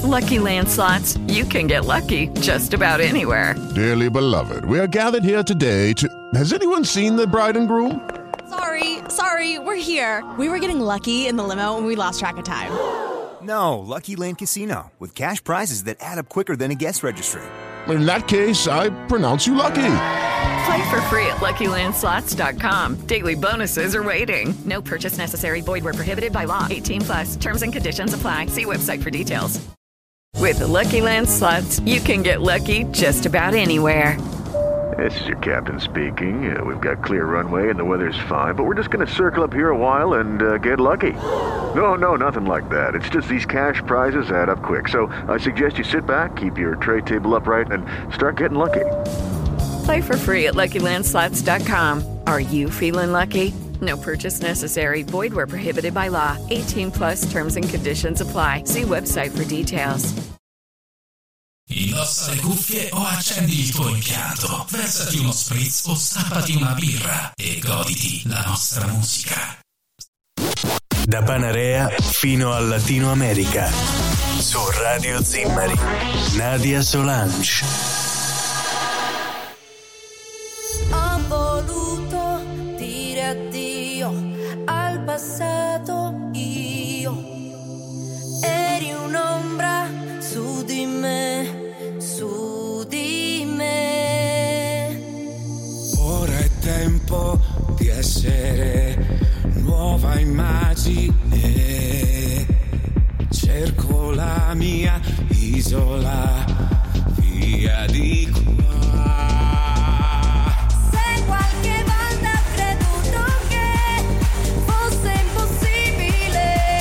Lucky Land Slots, you can get lucky just about anywhere. Dearly beloved, we are gathered here today to... Has anyone seen the bride and groom? Sorry, we're here. We were getting lucky in the limo and we lost track of time. No, Lucky Land Casino, with cash prizes that add up quicker than a guest registry. In that case, I pronounce you lucky. Play for free at LuckyLandSlots.com. Daily bonuses are waiting. No purchase necessary. Void where prohibited by law. 18+. Terms and conditions apply. See website for details. With the Lucky Land Slots, you can get lucky just about anywhere. This is your captain speaking. We've got clear runway and the weather's fine, but we're just going to circle up here a while and get lucky. No, nothing like that. It's just these cash prizes add up quick. So I suggest you sit back, keep your tray table upright, and start getting lucky. Play for free at LuckyLandSlots.com. Are you feeling lucky? No purchase necessary. Void where prohibited by law. 18+ terms and conditions apply. See website for details. Indossa le cuffie o accendi il tuo impianto. Versati uno spritz o stappati una birra e goditi la nostra musica. Da Panarea fino al Latino America. Su Radio Zimmari. Nadia Solange. Ho voluto dire addio al passato io. Eri un'ombra su di me, su di me. Ora è tempo di essere nuova immagine. Cerco la mia isola, via di qua. Se qualche volta ho creduto che fosse impossibile,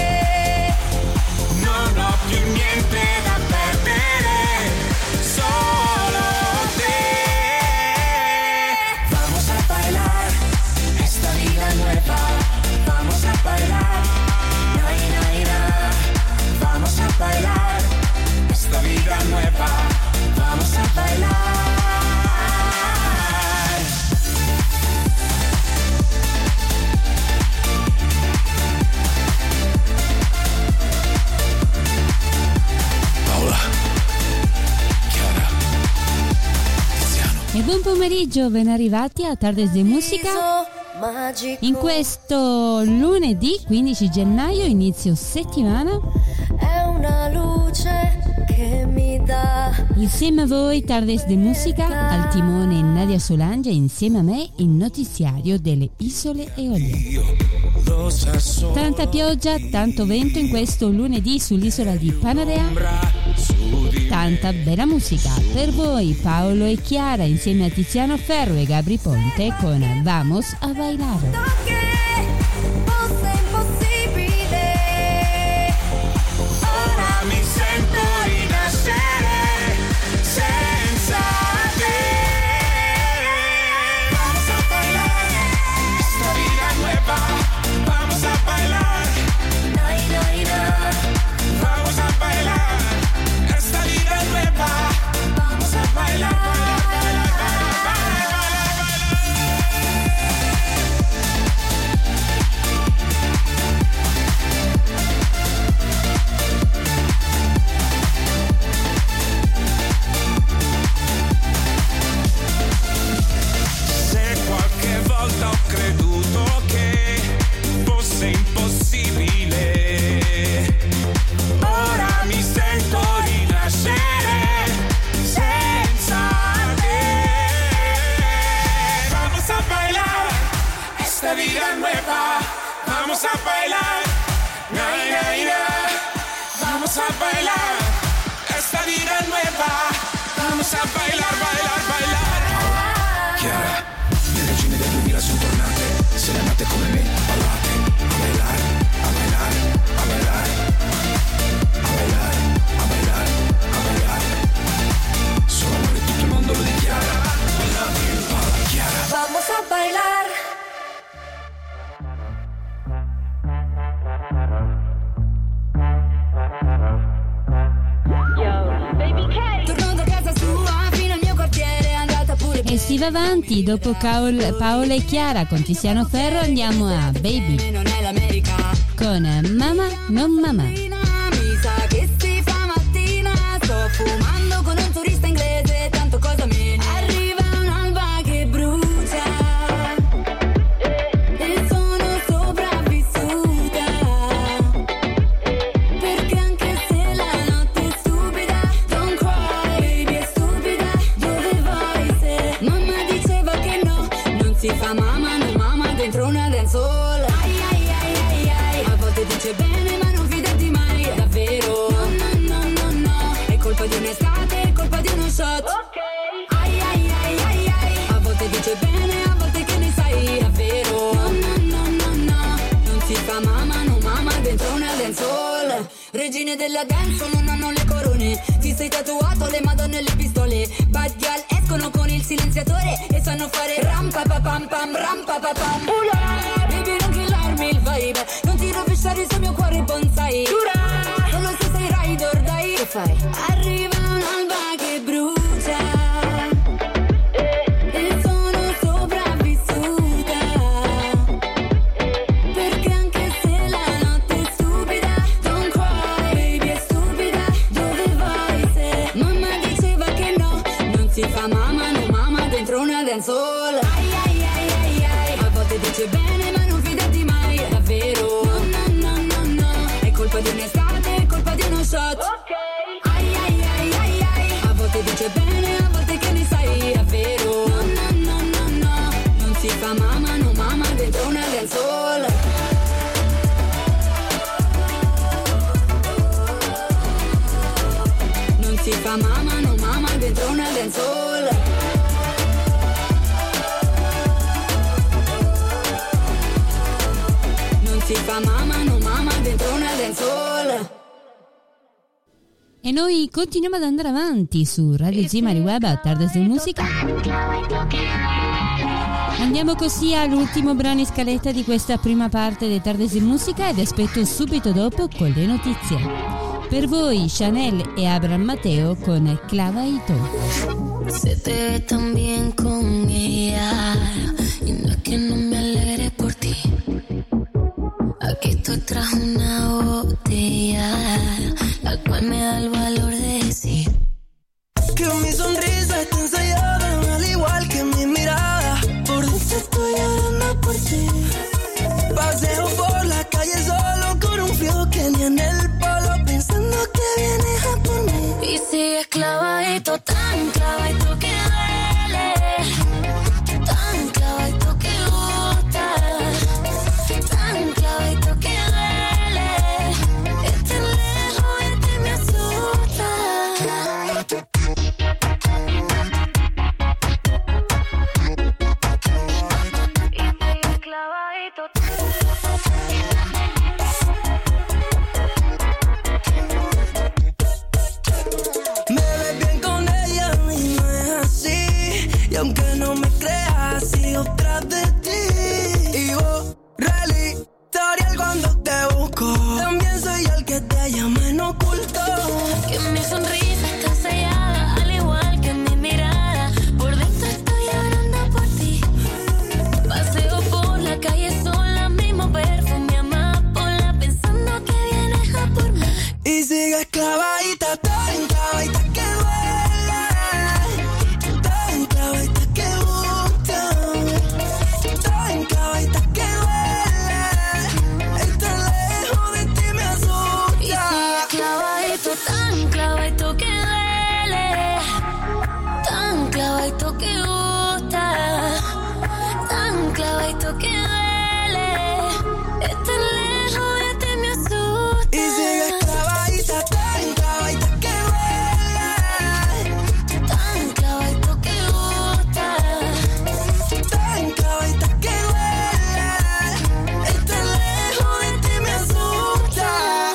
non ho più niente da perdere, solo te. Vamos a bailar esta vida nueva. Vamos a bailar, na, na, na. Vamos a bailar esta vida nueva. Vamos a bailar. E buon pomeriggio, ben arrivati a Tardes de Musica. In questo lunedì 15 gennaio, inizio settimana. È una luce che mi dà. Insieme a voi Tardes de Musica, al timone Nadia Solange, insieme a me il notiziario delle isole Eolie. Tanta pioggia, tanto vento in questo lunedì sull'isola di Panarea. Tanta bella musica per voi, Paolo e Chiara insieme a Tiziano Ferro e Gabri Ponte con Vamos a Bailar. Si va avanti, dopo Paola e Chiara con Tiziano Ferro andiamo a Baby con Mamma non Mamma. Mi sa che si fa mattina. colpa di un'estate, è colpa di uno shot. Ai ai ai ai ai. A volte dice bene, a volte che ne sai davvero. No no no no no, non si fa mamma, no mamma dentro una dancehall. Regine della dancehall non hanno le corone. Ti sei tatuato le madonne e le pistole. Bad girl escono con il silenziatore e sanno fare ram pa pa pam pam ram pa pa pam. Baby non killarmi il vibe, non ti rovesciare sul mio cuore bonsai. Solo se sei ride or die. Che fai? Arriva un'alba che brucia e sono sopravvissuta, perché anche se la notte è stupida, don't cry baby è stupida. Dove vai se mamma diceva che no, non si fa mamma, no mamma dentro una dancehall. Ai ai ai ai ai. A volte dice bene ma non fidati mai davvero. No no no no no, è colpa di un'estate, è colpa di uno shot. Ai ai ai ai ai. A volte dice bene, a volte che ne sai davvero. No no no no no, non si fa mamma, no mamma dentro una dancehall. Non si fa mamma, no mamma dentro una dancehall. Non si fa mamma, no mamma dentro una dancehall. E noi continuiamo ad andare avanti su Radio Zimari Web a Tardes di Musica. Andiamo così all'ultimo brano in scaletta di questa prima parte di Tardes di Musica e vi aspetto subito dopo con le notizie. Per voi Chanel e Abraham Mateo con Clava y Tú. Se te ve tan bien con ella y no es que no me alegre por ti. Aquí estoy tras una botella, la cual me da el valor de decir que mi sonrisa está ensayada, al igual que mi mirada. Por dentro estoy llorando por ti. Paseo por la calle solo con un frío que ni en el polo, pensando que vienes a por mí. Y sigues clavadito, tan clavadito que duele, tan clavadito que gusta, tan clavadito que duele. Estar lejos de ti me asusta. Me ves bien con ella y no es así. Y aunque no me creas, sigo tras de ti. Y borra el historial cuando te busco. También soy el que te llama en oculto. Que mi sonrisa está sellada, al igual que mi mirada. Por dentro estoy llorando por ti. Paseo por la calle sola, mismo perfume amapola, pensando que vienes a por mí. Y sigues clavadita, tan clavadita que duele, tan clavadita que gusta, tan clavadita que duele. Estar lejos de ti me asusta. Y sigues clavadito, tan clavadito que duele, tan clavadito que gusta, tan clavadito que duele. Estar lejos de ti me asusta. Y sigues clavadita, tan clavadita que duele, tan clavadito que gusta, tan clavadita que duele. Estar lejos de ti me asusta.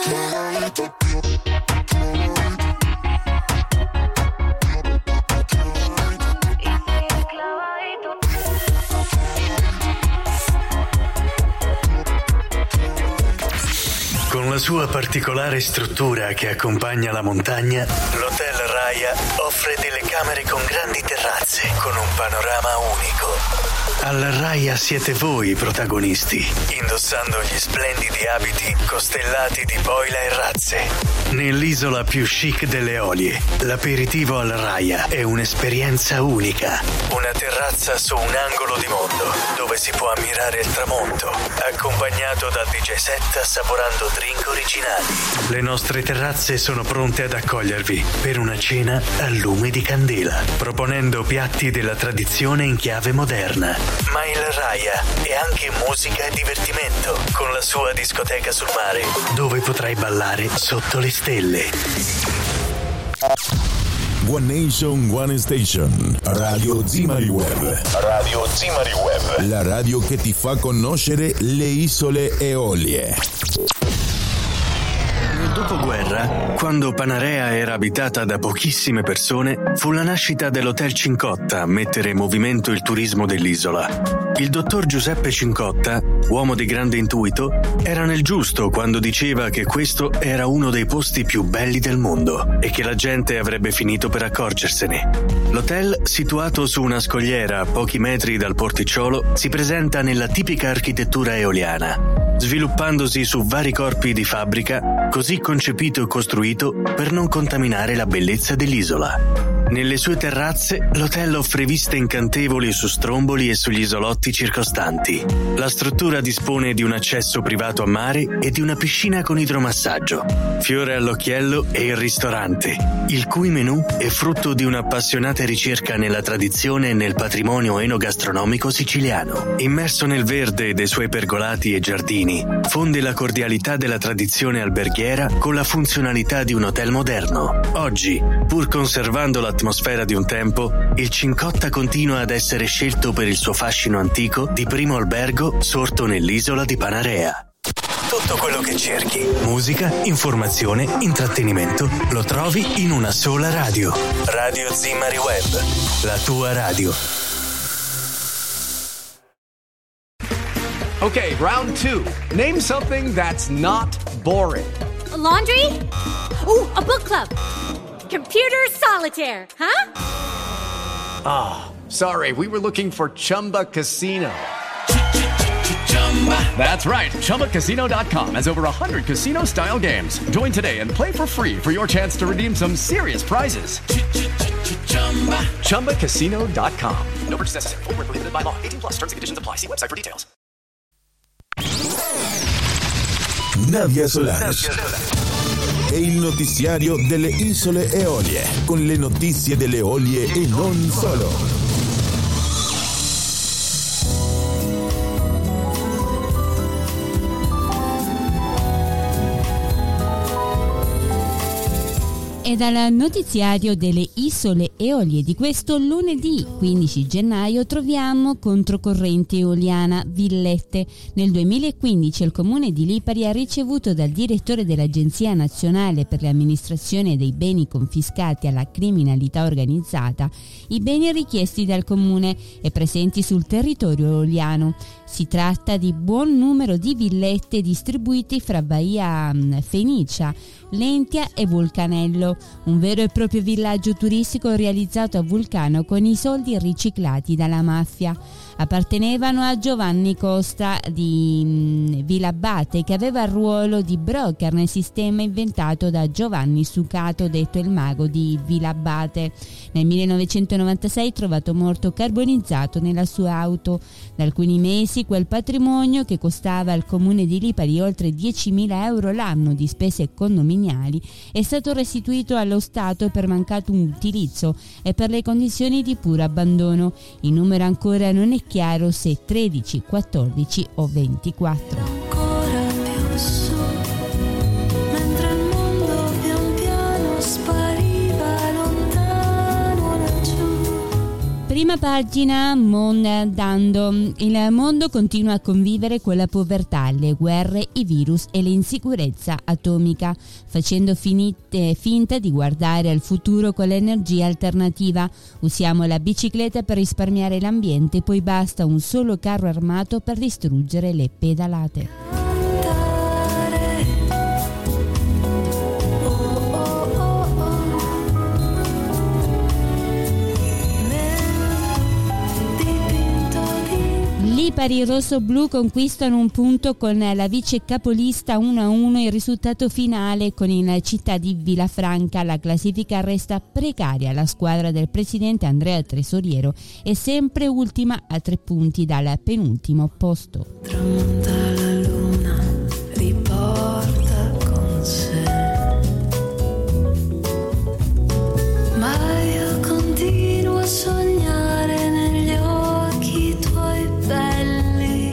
Con la sua particolare struttura che accompagna la montagna, l'Hotel Raya offre delle camere con grandi terrazze, con un panorama unico. Alla Raya siete voi i protagonisti, indossando gli splendidi abiti costellati di boila e razze. Nell'isola più chic delle Eolie, l'aperitivo al Raya è un'esperienza unica. Una terrazza su un angolo di mondo, dove si può ammirare il tramonto, accompagnato dal DJ set assaporando drink originali. Le nostre terrazze sono pronte ad accogliervi per una cena a lume di candela, proponendo piatti della tradizione in chiave moderna. Ma il Raya è anche musica e divertimento, con la sua discoteca sul mare, dove potrai ballare sotto le stelle. One Nation, One Station. Radio Zimari Web. Radio Zimari Web. La radio che ti fa conoscere le isole Eolie. Nel dopoguerra, quando Panarea era abitata da pochissime persone, fu la nascita dell'Hotel Cincotta a mettere in movimento il turismo dell'isola. Il dottor Giuseppe Cincotta, uomo di grande intuito, era nel giusto quando diceva che questo era uno dei posti più belli del mondo e che la gente avrebbe finito per accorgersene. L'hotel, situato su una scogliera a pochi metri dal porticciolo, si presenta nella tipica architettura eoliana, sviluppandosi su vari corpi di fabbrica, così concepito e costruito per non contaminare la bellezza dell'isola. Nelle sue terrazze, l'hotel offre viste incantevoli su Stromboli e sugli isolotti circostanti. La struttura dispone di un accesso privato a mare e di una piscina con idromassaggio. Fiore all'occhiello è il ristorante, il cui menù è frutto di un'appassionata ricerca nella tradizione e nel patrimonio enogastronomico siciliano. Immerso nel verde dei suoi pergolati e giardini, fonde la cordialità della tradizione alberghiera con la funzionalità di un hotel moderno. Oggi, pur conservando l'atmosfera di un tempo, il Cincotta continua ad essere scelto per il suo fascino antico di primo albergo sorto nell'isola di Panarea. Tutto quello che cerchi, musica, informazione, intrattenimento, lo trovi in una sola radio. Radio Zimari Web, la tua radio. Okay, round 2. Name something that's not boring. A laundry? Ooh, a book club. Computer solitaire, huh? Ah, sorry, we were looking for Chumba Casino. That's right, ChumbaCasino.com has over 100 casino-style games. Join today and play for free for your chance to redeem some serious prizes. ChumbaCasino.com. No purchase necessary. Void where prohibited by law. 18+. Terms and conditions apply. See website for details. Nadia Solange. È il notiziario delle isole Eolie, con le notizie delle Eolie e non solo. E dal notiziario delle isole Eolie di questo lunedì 15 gennaio troviamo controcorrente eoliana Villette. Nel 2015 il comune di Lipari ha ricevuto dal direttore dell'Agenzia Nazionale per l'Amministrazione dei Beni Confiscati alla Criminalità Organizzata i beni richiesti dal comune e presenti sul territorio eoliano. Si tratta di buon numero di villette distribuiti fra Baia Fenicia, Lentia e Vulcanello, un vero e proprio villaggio turistico realizzato a Vulcano con i soldi riciclati dalla mafia. Appartenevano a Giovanni Costa di Villabate, che aveva il ruolo di broker nel sistema inventato da Giovanni Sucato, detto il mago di Villabate. Nel 1996 trovato morto carbonizzato nella sua auto. Da alcuni mesi quel patrimonio, che costava al comune di Lipari oltre 10.000 euro l'anno di spese condominiali, è stato restituito allo Stato per mancato utilizzo e per le condizioni di puro abbandono. Il numero ancora non è chiaro se 13, 14 o 24. Ancora più su, mentre il mondo pian piano spariva lontano laggiù. Prima pagina, Mondando. Il mondo continua a convivere con la povertà, le guerre, i virus e l'insicurezza atomica, facendo finta di guardare al futuro con l'energia alternativa. Usiamo la bicicletta per risparmiare l'ambiente, poi basta un solo carro armato per distruggere le pedalate. Lipari rosso-blu conquistano un punto con la vice capolista 1-1. Il risultato finale con il Città di Villafranca. La classifica resta precaria. La squadra del presidente Andrea Tresoriero è sempre ultima a 3 punti dal penultimo posto. Tramonta la luna, riporta con sé. Ma io continuo a sognare negli occhi tuoi belli,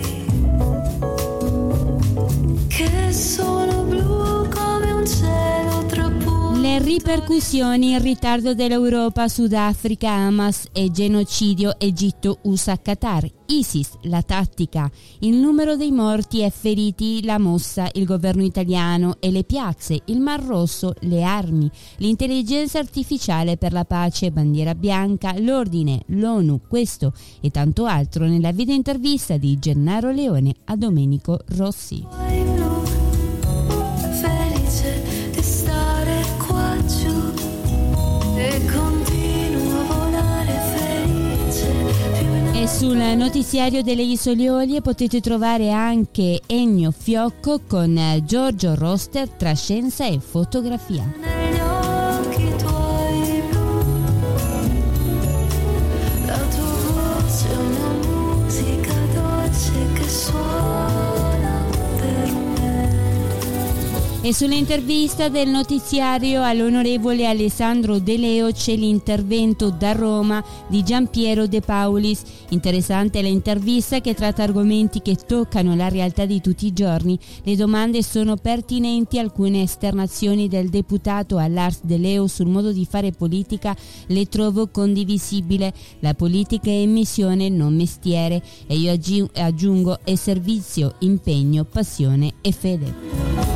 che sono blu come un cielo trapunto. Le Ripercussioni, il ritardo dell'Europa, Sudafrica, Hamas e genocidio, Egitto, USA, Qatar, ISIS, la tattica, il numero dei morti e feriti, la mossa, il governo italiano e le piazze, il Mar Rosso, le armi, l'intelligenza artificiale per la pace, bandiera bianca, l'ordine, l'ONU, questo e tanto altro nella video intervista di Gennaro Leone a Domenico Rossi. Felice di stare qua giù e continuo a volare felice. E sul notiziario delle Isole Eolie potete trovare anche Ennio Fiocco con Giorgio Roster tra scienza e fotografia. Negli occhi tuoi blu, la tua voce è una musica dolce che suona per me. E sull'intervista del notiziario all'onorevole Alessandro De Leo c'è l'intervento da Roma di Giampiero De Paulis. Interessante l'intervista che tratta argomenti che toccano la realtà di tutti i giorni. Le domande sono pertinenti, alcune esternazioni del deputato all'Ars De Leo sul modo di fare politica le trovo condivisibile. La politica è missione, non mestiere, e io aggiungo è servizio, impegno, passione e fede.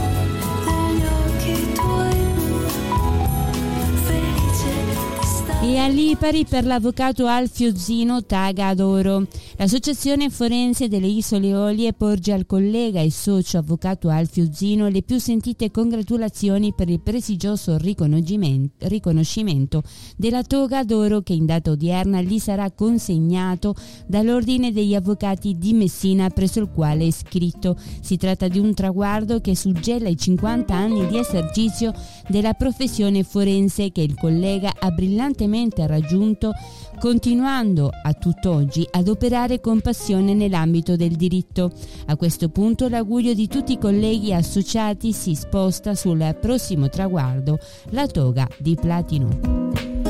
E all'Ipari per l'avvocato Alfio Zino Taga d'Oro. L'Associazione Forense delle Isole Eolie porge al collega e socio avvocato Alfio Zino le più sentite congratulazioni per il prestigioso riconoscimento della toga d'oro che in data odierna gli sarà consegnato dall'Ordine degli Avvocati di Messina, presso il quale è iscritto. Si tratta di un traguardo che suggella i 50 anni di esercizio della professione forense che il collega ha brillantemente raggiunto, continuando a tutt'oggi ad operare con passione nell'ambito del diritto. A questo punto l'augurio di tutti i colleghi associati si sposta sul prossimo traguardo, la toga di platino.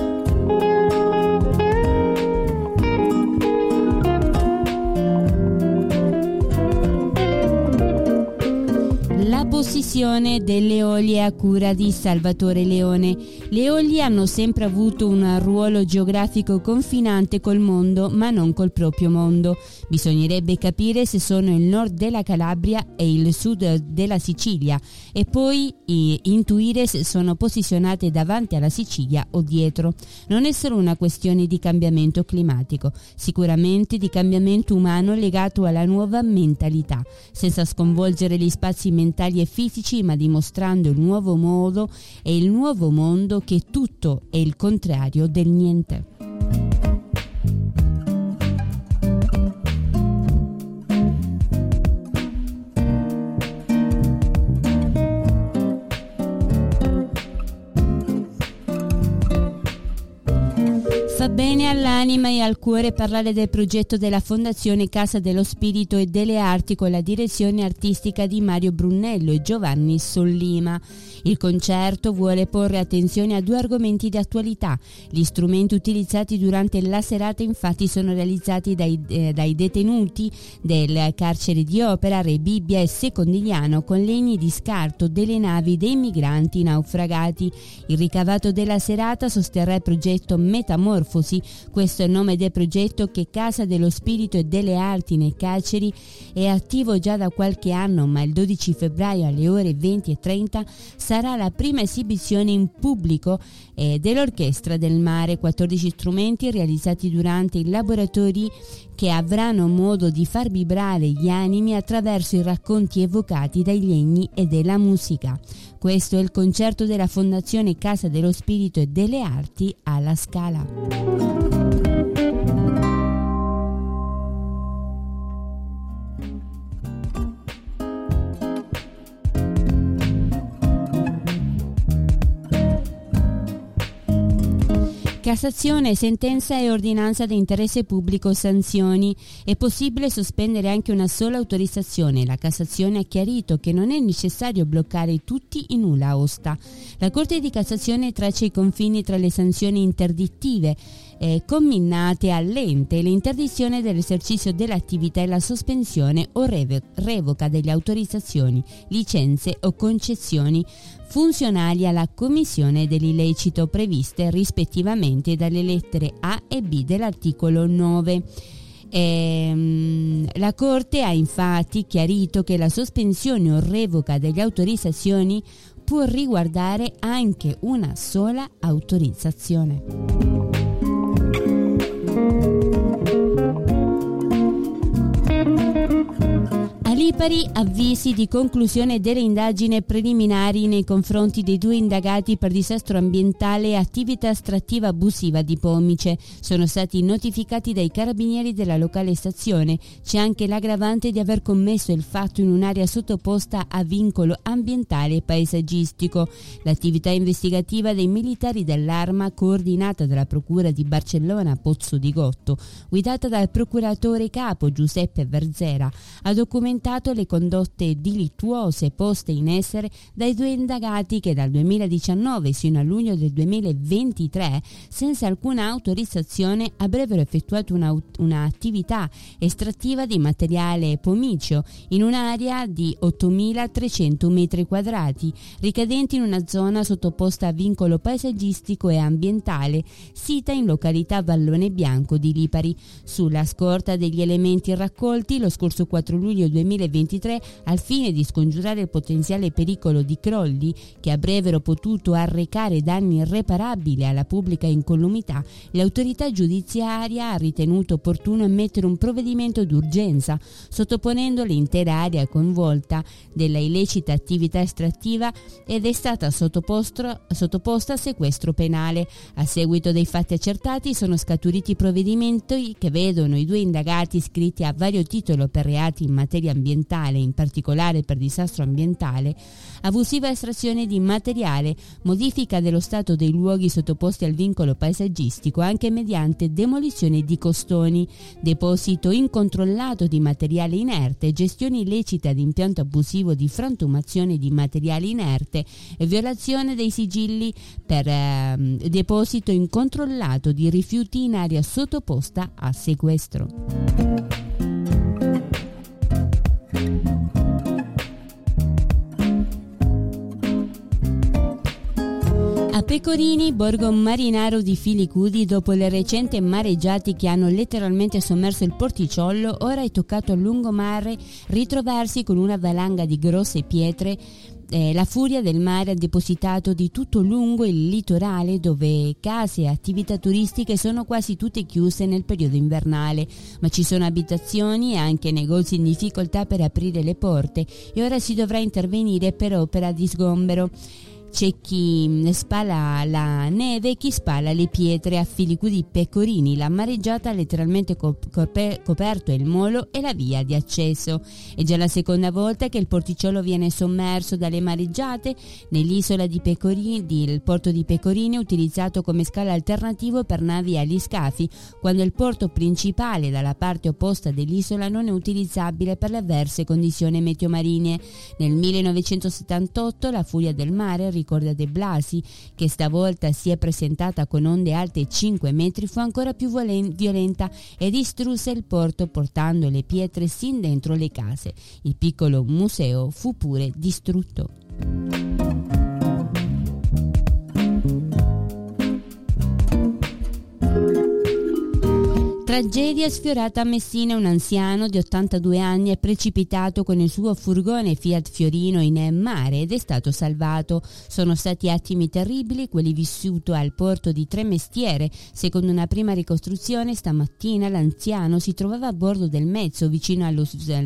La posizione delle Eolie a cura di Salvatore Leone. Le Eolie hanno sempre avuto un ruolo geografico confinante col mondo, ma non col proprio mondo. Bisognerebbe capire se sono il nord della Calabria e il sud della Sicilia, e poi intuire se sono posizionate davanti alla Sicilia o dietro. Non è solo una questione di cambiamento climatico, sicuramente di cambiamento umano legato alla nuova mentalità, senza sconvolgere gli spazi mentali e fisici, ma dimostrando il nuovo modo e il nuovo mondo che tutto è il contrario del niente. Fa bene all'anima e al cuore parlare del progetto della Fondazione Casa dello Spirito e delle Arti con la direzione artistica di Mario Brunello e Giovanni Sollima. Il concerto vuole porre attenzione a due argomenti di attualità. Gli strumenti utilizzati durante la serata infatti sono realizzati dai detenuti del carcere di Opera, Re Bibbia e Secondigliano con legni di scarto delle navi dei migranti naufragati. Il ricavato della serata sosterrà il progetto Metamorfosi. Questo è il nome del progetto che Casa dello Spirito e delle Arti nei carceri è attivo già da qualche anno, ma il 12 febbraio alle ore 20:30 sarà la prima esibizione in pubblico dell'Orchestra del Mare. 14 strumenti realizzati durante i laboratori che avranno modo di far vibrare gli animi attraverso i racconti evocati dai legni e della musica. Questo è il concerto della Fondazione Casa dello Spirito e delle Arti alla Scala. Cassazione, sentenza e ordinanza di interesse pubblico, sanzioni. È possibile sospendere anche una sola autorizzazione. La Cassazione ha chiarito che non è necessario bloccare tutti in nulla osta. La Corte di Cassazione traccia i confini tra le sanzioni interdittive comminate all'ente l'interdizione dell'esercizio dell'attività e la sospensione o revoca delle autorizzazioni, licenze o concessioni funzionali alla commissione dell'illecito previste rispettivamente dalle lettere A e B dell'articolo 9. La Corte ha infatti chiarito che la sospensione o revoca delle autorizzazioni può riguardare anche una sola autorizzazione. A Lipari avvisi di conclusione delle indagini preliminari nei confronti dei 2 indagati per disastro ambientale e attività estrattiva abusiva di pomice. Sono stati notificati dai carabinieri della locale stazione. C'è anche l'aggravante di aver commesso il fatto in un'area sottoposta a vincolo ambientale e paesaggistico. L'attività investigativa dei militari dell'Arma, coordinata dalla Procura di Barcellona Pozzo di Gotto, guidata dal procuratore capo Giuseppe Verzera, ha documentato le condotte delittuose poste in essere dai 2 indagati che dal 2019 sino a luglio del 2023, senza alcuna autorizzazione, avrebbero effettuato un'attività estrattiva di materiale pomiceo in un'area di 8.300 metri quadrati, ricadenti in una zona sottoposta a vincolo paesaggistico e ambientale, sita in località Vallone Bianco di Lipari. Sulla scorta degli elementi raccolti lo scorso 4 luglio 2023, al fine di scongiurare il potenziale pericolo di crolli che avrebbero potuto arrecare danni irreparabili alla pubblica incolumità, l'autorità giudiziaria ha ritenuto opportuno emettere un provvedimento d'urgenza, sottoponendo l'intera area coinvolta della illecita attività estrattiva ed è stata sottoposta a sequestro penale. A seguito dei fatti accertati sono scaturiti provvedimenti che vedono i 2 indagati iscritti a vario titolo per reati in materia ambientale, in particolare per disastro ambientale, abusiva estrazione di materiale, modifica dello stato dei luoghi sottoposti al vincolo paesaggistico anche mediante demolizione di costoni, deposito incontrollato di materiale inerte, gestione illecita di impianto abusivo di frantumazione di materiale inerte e violazione dei sigilli per deposito incontrollato di rifiuti in area sottoposta a sequestro. A Pecorini, borgo marinaro di Filicudi, dopo le recenti mareggiate che hanno letteralmente sommerso il porticciolo, ora è toccato a lungomare ritrovarsi con una valanga di grosse pietre. La furia del mare ha depositato di tutto lungo il litorale, dove case e attività turistiche sono quasi tutte chiuse nel periodo invernale, ma ci sono abitazioni e anche negozi in difficoltà per aprire le porte e ora si dovrà intervenire per opera di sgombero. C'è chi spala la neve e chi spala le pietre. A Filicudi Pecorini la mareggiata ha letteralmente coperto il molo e la via di accesso. È già la seconda volta che il porticciolo viene sommerso dalle mareggiate. Nell'isola di Pecorini, il porto di Pecorini è utilizzato come scalo alternativo per navi e agli scafi, quando il porto principale dalla parte opposta dell'isola non è utilizzabile per le avverse condizioni meteo-marine. Nel 1978 la furia del mare, ricorda De Blasi, che stavolta si è presentata con onde alte 5 metri, fu ancora più violenta e distrusse il porto portando le pietre sin dentro le case. Il piccolo museo fu pure distrutto. Tragedia sfiorata a Messina. Un anziano di 82 anni è precipitato con il suo furgone Fiat Fiorino in mare ed è stato salvato. Sono stati attimi terribili quelli vissuti al porto di Tremestiere. Secondo una prima ricostruzione, stamattina l'anziano si trovava a bordo del mezzo vicino allo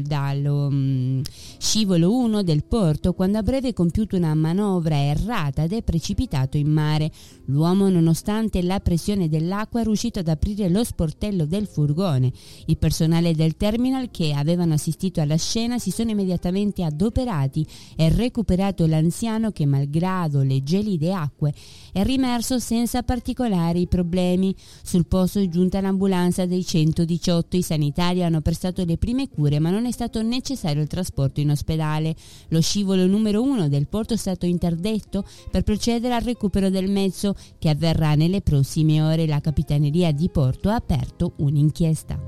scivolo 1 del porto quando a breve compiuto una manovra errata ed è precipitato in mare. L'uomo, nonostante la pressione dell'acqua, è riuscito ad aprire lo sportello del del furgone. Il personale del terminal che avevano assistito alla scena si sono immediatamente adoperati e recuperato l'anziano che, malgrado le gelide acque, è rimerso senza particolari problemi. Sul posto è giunta l'ambulanza dei 118. I sanitari hanno prestato le prime cure, ma non è stato necessario il trasporto in ospedale. Lo scivolo numero 1 del porto è stato interdetto per procedere al recupero del mezzo, che avverrà nelle prossime ore. La Capitaneria di Porto ha aperto un'inchiesta.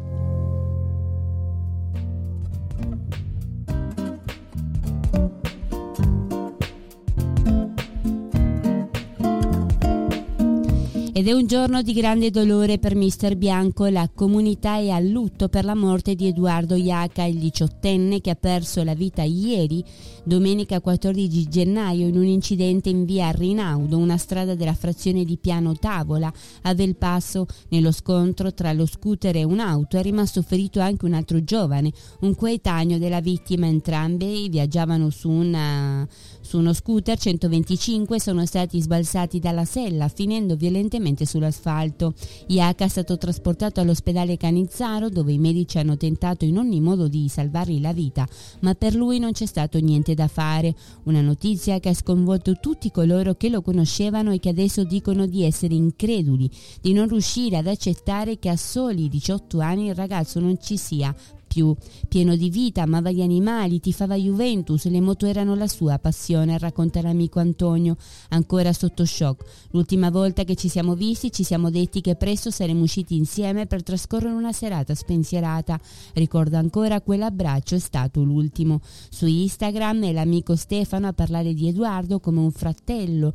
Ed è un giorno di grande dolore per Mister Bianco. La comunità è a lutto per la morte di Edoardo Iaca, il 18enne che ha perso la vita ieri, domenica 14 gennaio, in un incidente in via Rinaudo, una strada della frazione di Piano Tavola, a Velpasso. Nello scontro tra lo scooter e un'auto è rimasto ferito anche un altro giovane, un coetaneo della vittima. Entrambi viaggiavano su uno scooter 125, sono stati sbalzati dalla sella, finendo violentemente sull'asfalto. Iaca è stato trasportato all'ospedale Canizzaro, dove i medici hanno tentato in ogni modo di salvargli la vita, ma per lui non c'è stato niente da fare. Una notizia che ha sconvolto tutti coloro che lo conoscevano e che adesso dicono di essere increduli, di non riuscire ad accettare che a soli 18 anni il ragazzo non ci sia più. Pieno di vita, amava gli animali, tifava Juventus, le moto erano la sua passione, racconta l'amico Antonio, ancora sotto shock. L'ultima volta che ci siamo visti ci siamo detti che presto saremmo usciti insieme per trascorrere una serata spensierata. Ricordo ancora quell'abbraccio, è stato l'ultimo. Su Instagram è l'amico Stefano a parlare di Edoardo come un fratello.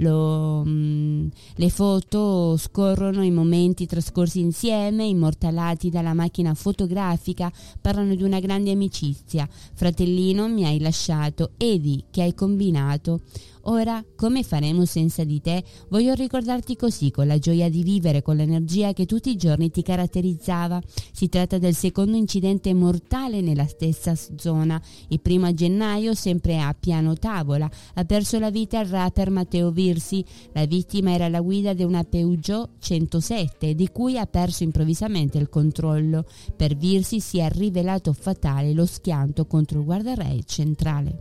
Le foto scorrono i momenti trascorsi insieme, immortalati dalla macchina fotografica, parlano di una grande amicizia. Fratellino, mi hai lasciato. Edi, che hai combinato? Ora, come faremo senza di te? Voglio ricordarti così, con la gioia di vivere, con l'energia che tutti i giorni ti caratterizzava. Si tratta del secondo incidente mortale nella stessa zona. Il 1 gennaio, sempre a Piano Tavola, ha perso la vita il rapper Matteo Virsi. La vittima era alla guida di una Peugeot 107, di cui ha perso improvvisamente il controllo. Per Virsi si è rivelato fatale lo schianto contro il guardrail centrale.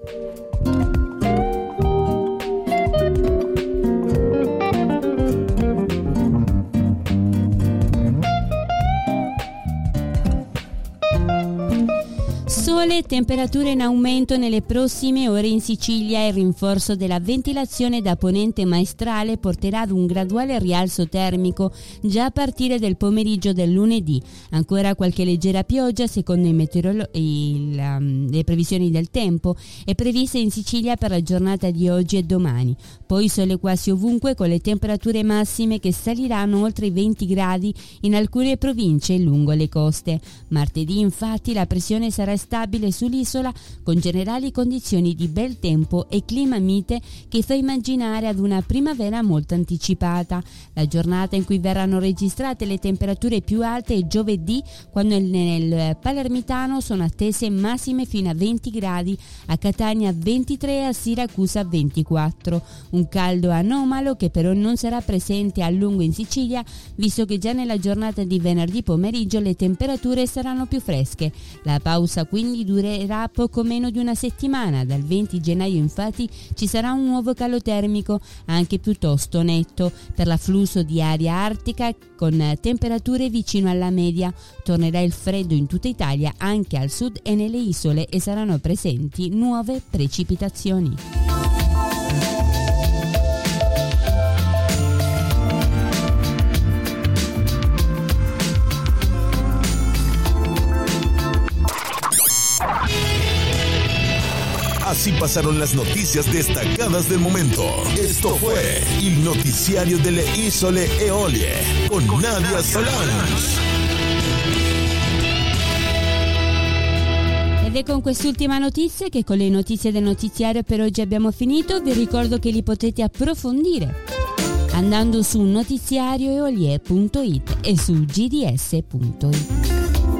Sole e temperature in aumento nelle prossime ore in Sicilia. Il rinforzo della ventilazione da ponente maestrale porterà ad un graduale rialzo termico già a partire del pomeriggio del lunedì. Ancora qualche leggera pioggia, secondo le previsioni del tempo, è prevista in Sicilia per la giornata di oggi e domani. Poi sole quasi ovunque, con le temperature massime che saliranno oltre i 20 gradi in alcune province lungo le coste. Martedì infatti la pressione sarà stabile sull'isola, con generali condizioni di bel tempo e clima mite che fa immaginare ad una primavera molto anticipata. La giornata in cui verranno registrate le temperature più alte è giovedì, quando nel Palermitano sono attese massime fino a 20 gradi, a Catania 23 e a Siracusa 24. Un caldo anomalo che però non sarà presente a lungo in Sicilia, visto che già nella giornata di venerdì pomeriggio le temperature saranno più fresche. La pausa quindi durerà poco meno di una settimana. Dal 20 gennaio infatti ci sarà un nuovo calo termico, anche piuttosto netto, per l'afflusso di aria artica con temperature vicino alla media. Tornerà il freddo in tutta Italia, anche al sud e nelle isole, e saranno presenti nuove precipitazioni. Así pasaron las noticias destacadas del momento. Esto fue el noticiario delle Isole Eolie con Nadia Solange. Ed è con quest'ultima notizia che con le notizie del notiziario per oggi abbiamo finito. Vi ricordo che li potete approfondire andando su notiziarioeolie.it e su gds.it.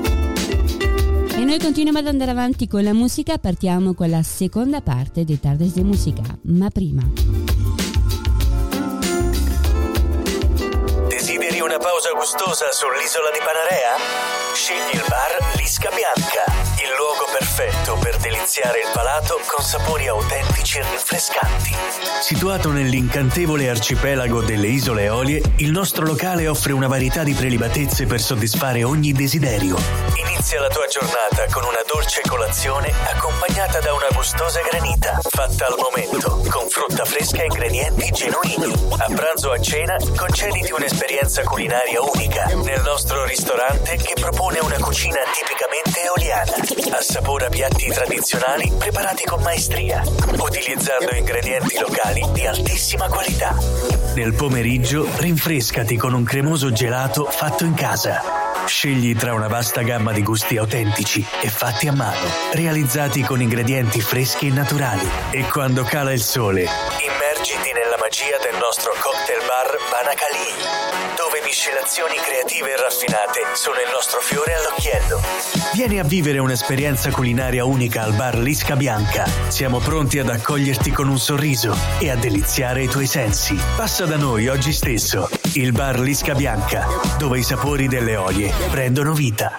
E noi continuiamo ad andare avanti con la musica, partiamo con la seconda parte di Tardes de Música, ma prima. Desideri una pausa gustosa sull'isola di Panarea? Scegli il bar Lisca Bianca, il luogo perfetto per deliziare il palato con sapori autentici e rinfrescanti. Situato nell'incantevole arcipelago delle Isole Eolie, il nostro locale offre una varietà di prelibatezze per soddisfare ogni desiderio. Inizia la tua giornata con una dolce colazione accompagnata da una gustosa granita, fatta al momento, con frutta fresca e ingredienti genuini. A pranzo o a cena, concediti un'esperienza culinaria unica nel nostro ristorante che propone una cucina tipicamente eoliana. Assapora piatti tradizionali preparati con maestria, utilizzando ingredienti locali di altissima qualità. Nel pomeriggio, rinfrescati con un cremoso gelato fatto in casa. Scegli tra una vasta gamma di gusti autentici e fatti a mano, realizzati con ingredienti freschi e naturali. E quando cala il sole, immergiti nella magia del nostro cocktail bar Banacali, dove miscelazioni creative e raffinate sono il nostro fiore all'occhiello. Vieni a vivere un'esperienza culinaria unica al bar Lisca Bianca. Siamo pronti ad accoglierti con un sorriso e a deliziare i tuoi sensi. Passa da noi oggi stesso, il bar Lisca Bianca, dove i sapori delle Eolie prendono vita.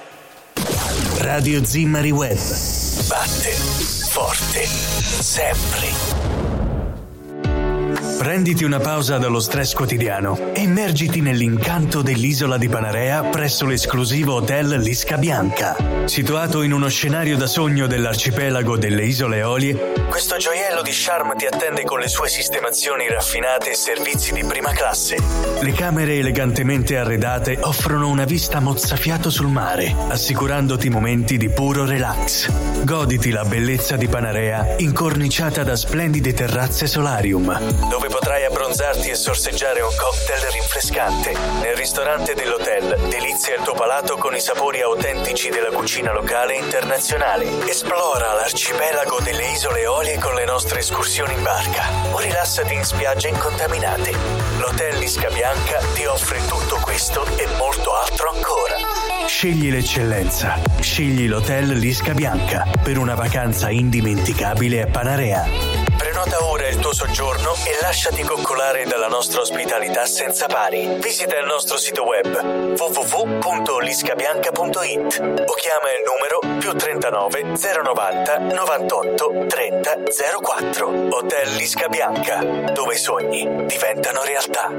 Radio Zimmari Web batte forte sempre. Prenditi una pausa dallo stress quotidiano e immergiti nell'incanto dell'isola di Panarea presso l'esclusivo hotel Lisca Bianca. Situato in uno scenario da sogno dell'arcipelago delle Isole Eolie, questo gioiello di charme ti attende con le sue sistemazioni raffinate e servizi di prima classe. Le camere elegantemente arredate offrono una vista mozzafiato sul mare, assicurandoti momenti di puro relax. Goditi la bellezza di Panarea incorniciata da splendide terrazze solarium, dove potrai abbronzarti e sorseggiare un cocktail rinfrescante. Nel ristorante dell'hotel delizia il tuo palato con i sapori autentici della cucina locale e internazionale. Esplora l'arcipelago delle Isole Eolie con le nostre escursioni in barca o rilassati in spiagge incontaminate. L'hotel Lisca Bianca ti offre tutto questo e molto altro ancora. Scegli l'eccellenza, scegli l'hotel Lisca Bianca per una vacanza indimenticabile a Panarea. Prenota ora il tuo soggiorno e lasciati coccolare dalla nostra ospitalità senza pari. Visita il nostro sito web www.liscabianca.it o chiama il numero +39 090 98 30 04. Hotel Lisca Bianca, dove i sogni diventano realtà.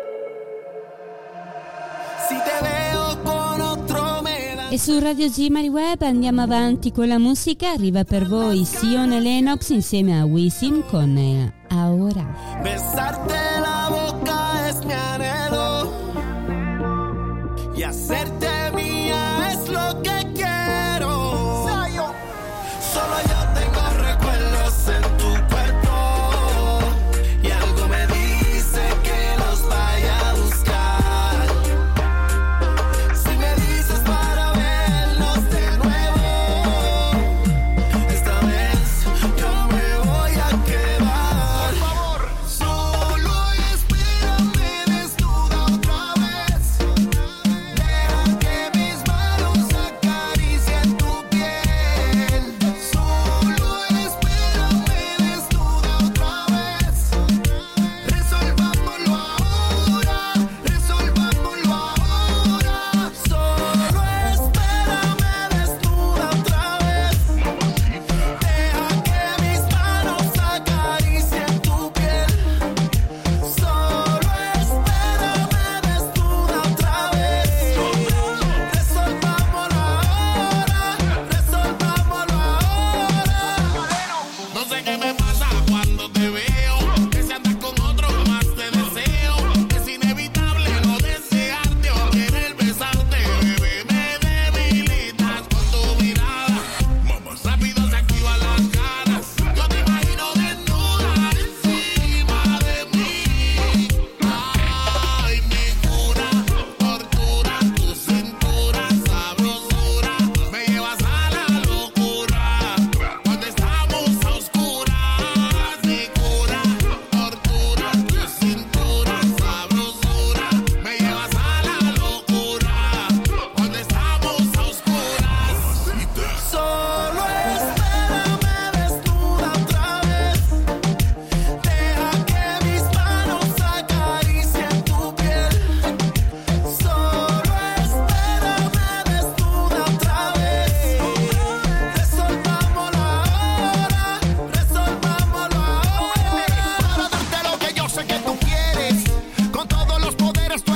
E su Radio Zimmari Web andiamo avanti con la musica. Arriva per voi Sion e Lennox insieme a Wisin con Ahora. Besarte la boca es mi anhelo y hacerte mía es lo que quiero. Solo yo tengo recuerdos en tu cuerpo y algo me dice que los vaya a buscar. Si me dices para vernos de nuevo, esta vez yo me voy a quedar. Por favor, solo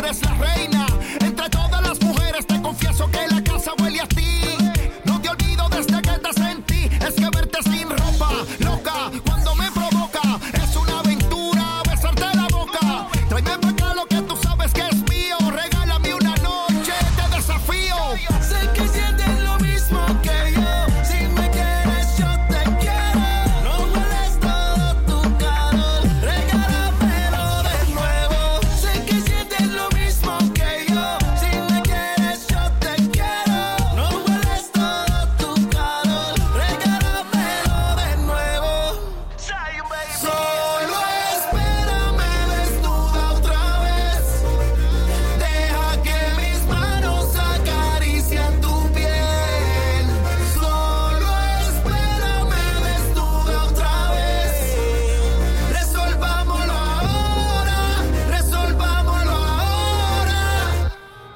eres la reina. Entre todas las mujeres te confieso que la casa huele a ti. No te olvido desde que te sentí. Es que verte sin ropa, loca, cuando me provoca. Es una aventura besarte la boca. Tráeme para acá lo que tú sabes que es mío. Regálame una noche, te desafío. Sé que sientes lo mismo que yo. Si me quieres yo te quiero. No hueles todo tu calor. Regálamelo de nuevo. Sé que sientes lo mismo que yo. Si me quieres yo te quiero. No hueles todo tu calor. Regálamelo de nuevo. Solo espérame desnuda otra vez. Deja que mis manos acaricien tu piel. Solo espérame desnuda otra vez. Resolvámoslo ahora. Resolvámoslo ahora.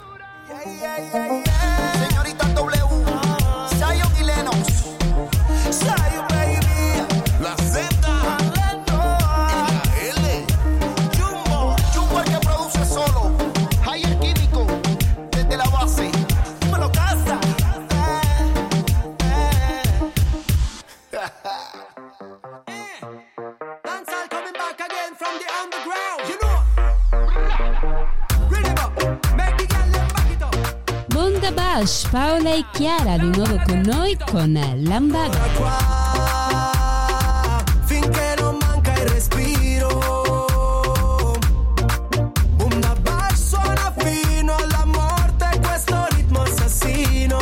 Señorita W, Zion y Lennox. Zion, baby. La Z, la L. Jumbo el que produce solo. Hay el químico, desde la base. Dímelo, casa. Dancehall coming back again from the underground. You know. Rhythm up, make the girl them back it up. Bonda Bash, Paola e Chiara di nuovo con noi con Lambada. Finché non manca il respiro. Boom da bash suona fino alla morte questo ritmo assassino.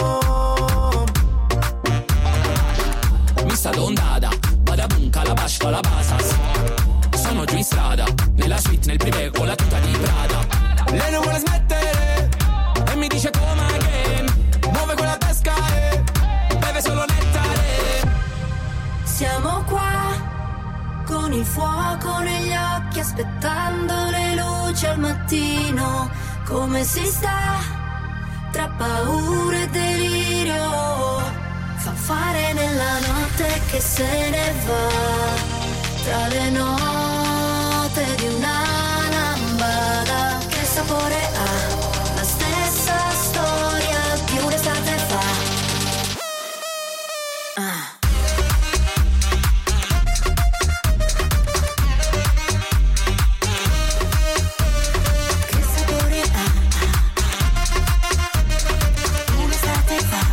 Mi sta d'ondata, vada bunca, la bash con la basas. Sono giù in strada, nella suite, nel privé con la tuta di Prada. Lei non vuole smettere e mi dice come again. Muove quella pesca e beve solo nettare. Siamo qua con il fuoco negli occhi, aspettando le luci al mattino. Come si sta tra paura e delirio? Fa fare nella notte che se ne va. Tra le note di una lambada. Che sapore ha? La stessa storia di un'estate fa. Che sapore ha? Un'estate fa.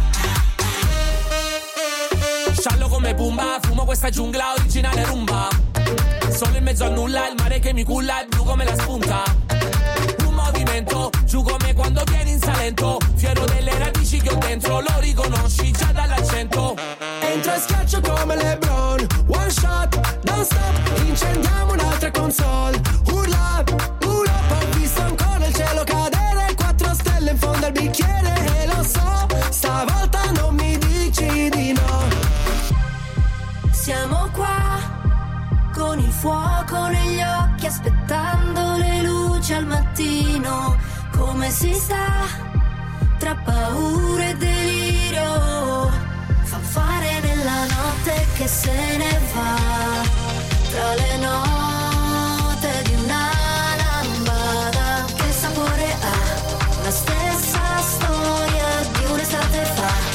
Sciallo come Pumba, fumo questa giungla originale rumba. Sono in mezzo a nulla, il mare che mi culla è blu come la spunta. Un movimento, giù come quando vieni in Salento. Fiero delle radici che ho dentro, lo riconosci già dall'accento. Entro e schiaccio come LeBron. One shot, non stop. Incendiamo un'altra console. Urla, urla. Ho visto ancora il cielo cadere. 4 stelle in fondo al bicchiere. E lo so, stavolta non mi dici di no. Siamo qua con il fuoco negli occhi, aspettando le luci al mattino. Come si sta tra paura e delirio? Fa fare nella notte che se ne va. Tra le note di una lambada. Che sapore ha? La stessa storia di un'estate fa.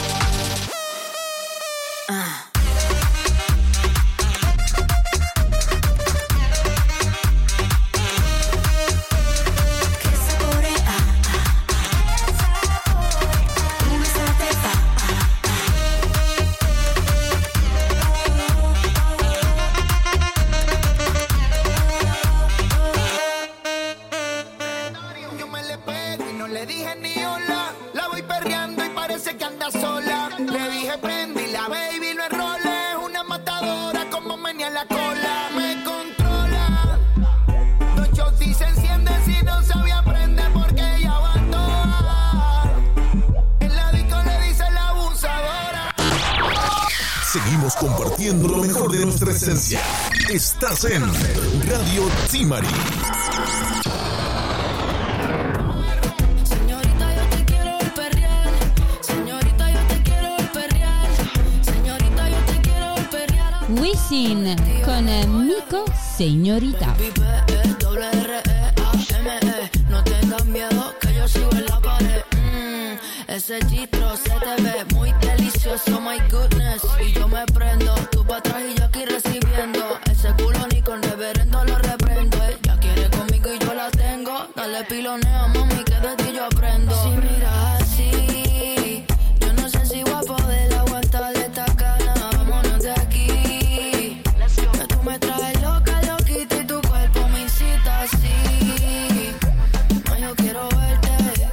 Seguimos compartiendo lo mejor de nuestra esencia. Estás en Radio Timari. Señorita, yo te quiero perrear. Señorita, yo te quiero perrear. Señorita, yo te quiero perrear. Wisin con Mico Señorita. No tengas ese gistro se te ve muy delicioso, my goodness. Y yo me prendo, tú pa' atrás y yo aquí recibiendo. Ese culo ni con reverendo lo reprendo. Ella quiere conmigo y yo la tengo. Dale pilonea, mami, que de ti yo aprendo. Si miras así, yo no sé si voy a poder aguantar esta gana. Vámonos de aquí. Que tú me traes loca, loquita y tu cuerpo me incita así. No, yo quiero verte.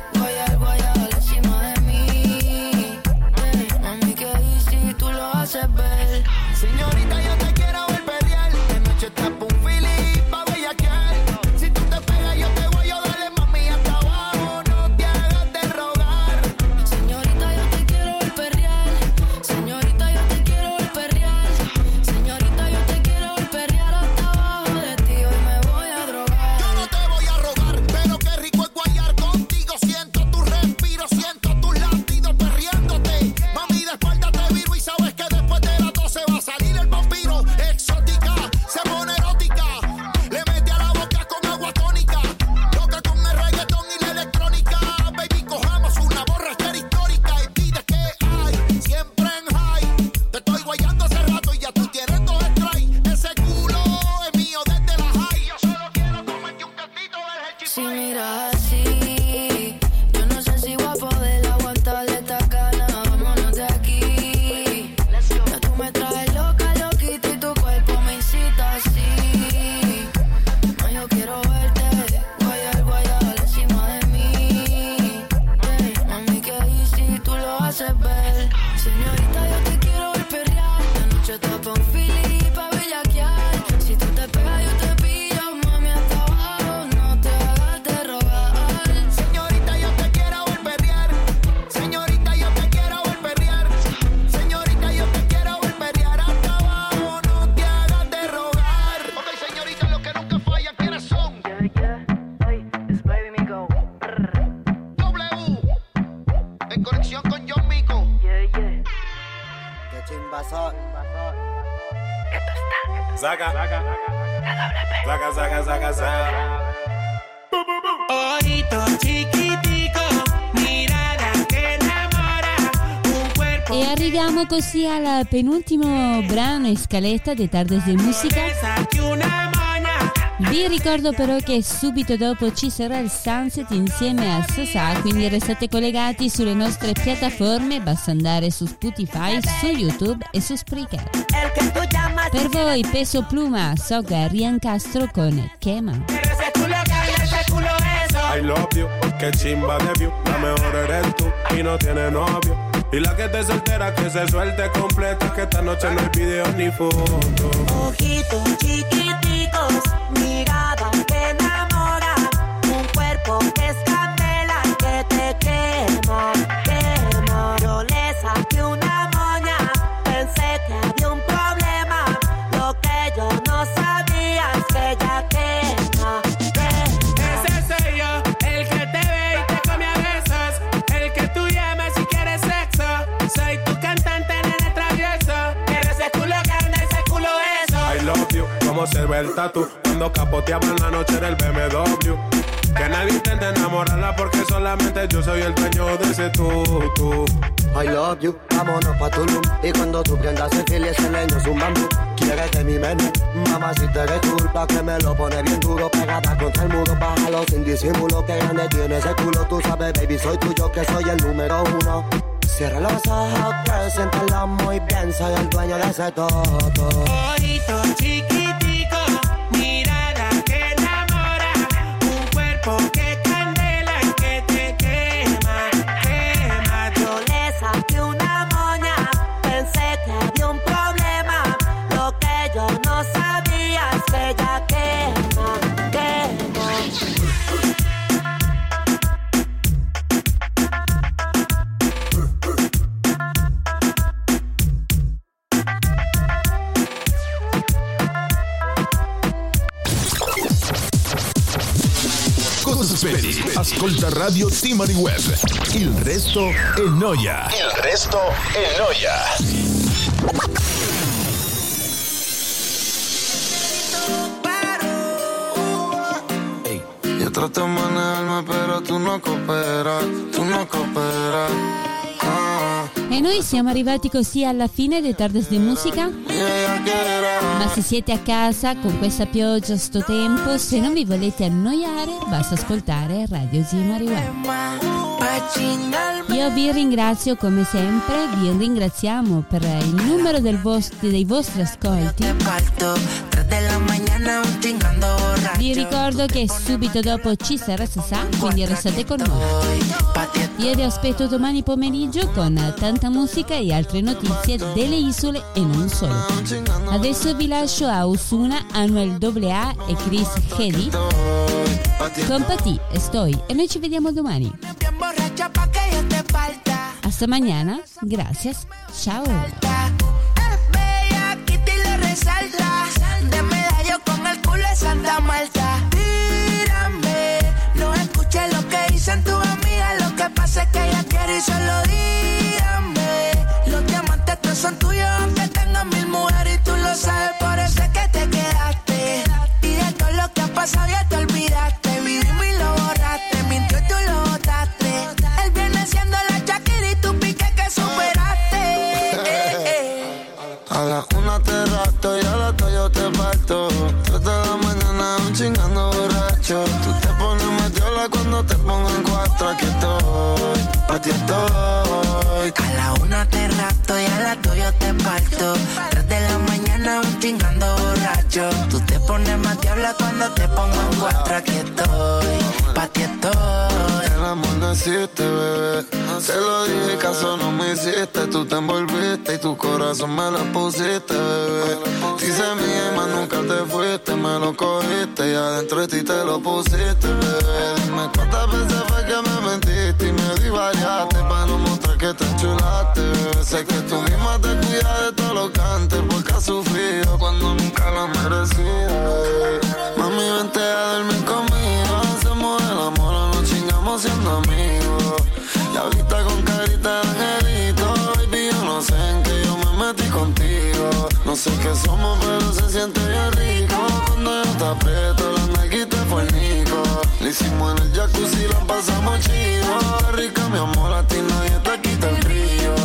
Señorita, yo te quiero ver pelear. De noche está pa' un fili pa' bellaquear. Si tú te pegas, yo te voy a darle, mami, hasta abajo. No te hagas de rogar. Señorita, yo te quiero ver perrear. Señorita, yo te quiero ver perrear. Señorita, yo te quiero ver perrear hasta abajo de ti. Hoy me voy a drogar. Yo no te voy a rogar, pero qué rico es guayar contigo. Siento tu respiro, siento tus latidos perreándote. Mami, de espalda te viro y sabes que después de la tos se va a salir el vampiro. Exótica, se pone erótica. Le mete a la boca con agua tónica. Loca con el reggaetón y la electrónica. Baby, cojamos una borrachera histórica. Y pide que hay, siempre en high. Te estoy guayando hace rato y ya tú tienes 2 strikes. Ese culo es mío desde la high. Yo solo quiero comerte un cantito del Hershey. Si miras así, yo no sé si voy a poder aguantar esta gana. Vámonos de aquí. Ya tú me traes loca, loquita y tu cuerpo me incita así. No, yo quiero verte, guayar encima de mí. Mami, que easy, tú lo haces ver. Señorita, yo te quiero ver perrear. La noche está pa' un fili pa' bellaquear. Si tú te pegas, yo te pillo, mami, hasta abajo. No te hagas de rogar. Señorita, yo te quiero ver perrear. Señorita, yo te quiero ver perrear. Señorita, yo te quiero ver perrear hasta abajo. No te hagas de rogar. Ok, señorita, los que nunca fallan, ¿quiénes son? W, en conexión con John Mico. Qué chimba son. Saca, saca. Ojitos chiquiticos, mirada che enamora, un cuerpo. E arriviamo così al penultimo brano in scaletta dei Tardes di Musica. Vi ricordo però che subito dopo ci sarà il Sunset insieme a Sasà, quindi restate collegati sulle nostre piattaforme, basta andare su Spotify, su YouTube e su Spreaker. Per voi Peso Pluma, Soga, Rian Castro con Quema. I love you, que chimba de view. La mejor eres tú y no tiene novio. Y la que esté soltera que se suelte completa, que esta noche no hay video ni foto. Ojitos chiquiticos, mirada que enamora, un cuerpo que es candela que te quema, quema. Yo le saqué una moña, pensé que había un problema, lo que yo no sabía es que ella quema, quema. Ese soy yo, el que te ve y te come a besos, el que tú llamas si quieres sexo. Soy tu cantante, nene travieso, quiero ese culo grande, ese culo eso. I love you, como se ve el tatu cuando capoteaba en la noche en el BMW. Que nadie intente enamorarla porque solamente yo soy el dueño de ese tú. I love you, vámonos pa' Tulum. Y cuando tú prendas el fil y ese leño es un bambú. Quieres de mi menú, mamá si te eres culpa que me lo pone bien duro. Pegada contra el muro, bájalo sin disimulo. Que grande tiene ese culo, tú sabes baby, soy tuyo que soy el número 1. Cierra los ojos, preséntalo muy bien, soy el dueño de ese todo. Ojitos chiquiticos, mirada que enamora, un cuerpo que candela que te quema, quema. Yo le saqué una moña, pensé que había un problema, lo que yo no sabía es que ella quema, quema. Cosa aspetti? Ascolta Radio Timari Web. Il resto è noia. Il resto è noia. trato de manejarme, pero tú no cooperas, E noi siamo arrivati così alla fine di Tardes di Musica. Ma se siete a casa con questa pioggia, sto tempo, se non vi volete annoiare, basta ascoltare Radio Zimari Web. Io vi ringrazio come sempre, vi ringraziamo per il numero dei vostri ascolti. Vi ricordo che subito dopo ci sarà Sasà, quindi restate con noi. Io vi aspetto domani pomeriggio con tanta musica e altre notizie delle isole e non solo. Adesso vi lascio a Ozuna, Anuel AA e Chris Hedy con Pati e Stoy, e noi ci vediamo domani. Hasta mañana, gracias, chao. De medallo con el culo de Santa Marta. Tírame, no escuches lo que dicen tus amigas. Lo que pasa es que ella quiere y solo dígame. Los diamantes todos son tuyos, aunque tengas 1000 mujeres y tú lo sabes, por eso es que te quedaste. Y de todo lo que ha pasado ya te olvidaste. Vivimos y lo borraste, mintió y tú lo botaste. Él viene siendo la Shakira y tú pique que superaste. A la 1 te rapto y a las 2 yo te parto. 3 de la mañana aún chingando borracho. Tú te pones metiola cuando te pongo en 4. Aquí estoy, pa' ti estoy. A la 1 te rapto y a las 2 yo te parto. 3 de la mañana aún chingando borracho. Tú te pones más diabla cuando te pongo en 4. Aquí estoy, pa' ti estoy. El amor no existe, bebé. Te lo dije, caso no me hiciste. Tú te envolviste y tu corazón me lo pusiste, bebé. Dice mía, más nunca te fuiste. Me lo cogiste y adentro de ti te lo pusiste, bebé. Dime cuántas veces fue que me mentiste y me divariaste para no mostrar que te enchulaste, bebé. Sé que tú misma te cuidas de todos los cantes porque has sufrido cuando nunca lo merecías, bebé. Mami, vente a dormir conmigo. Hacemos el amor o nos chingamos siendo amigos. Y ahorita con carita de angelito, baby, yo no sé en qué yo me metí contigo. No sé qué somos, pero se siente bien rico. Cuando yo te aprieto, la nalguita fue el Nico. Le hicimos en el jacuzzi, la pasamos chido. Rica, mi amor, a ti nadie te quita el brillo.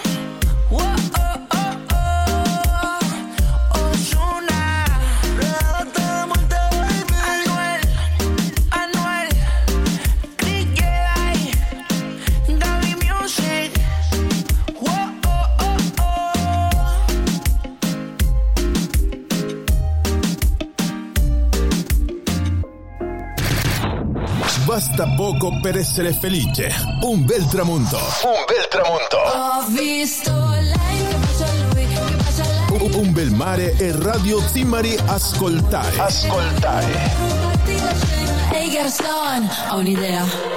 Basta poco per essere felice. Un bel tramonto. Un bel tramonto. Ho visto lei che bacia lui, che bacia lei. Un bel mare e Radio Zimari ascoltare. Ascoltare. Ehi Gaston, ho un'idea.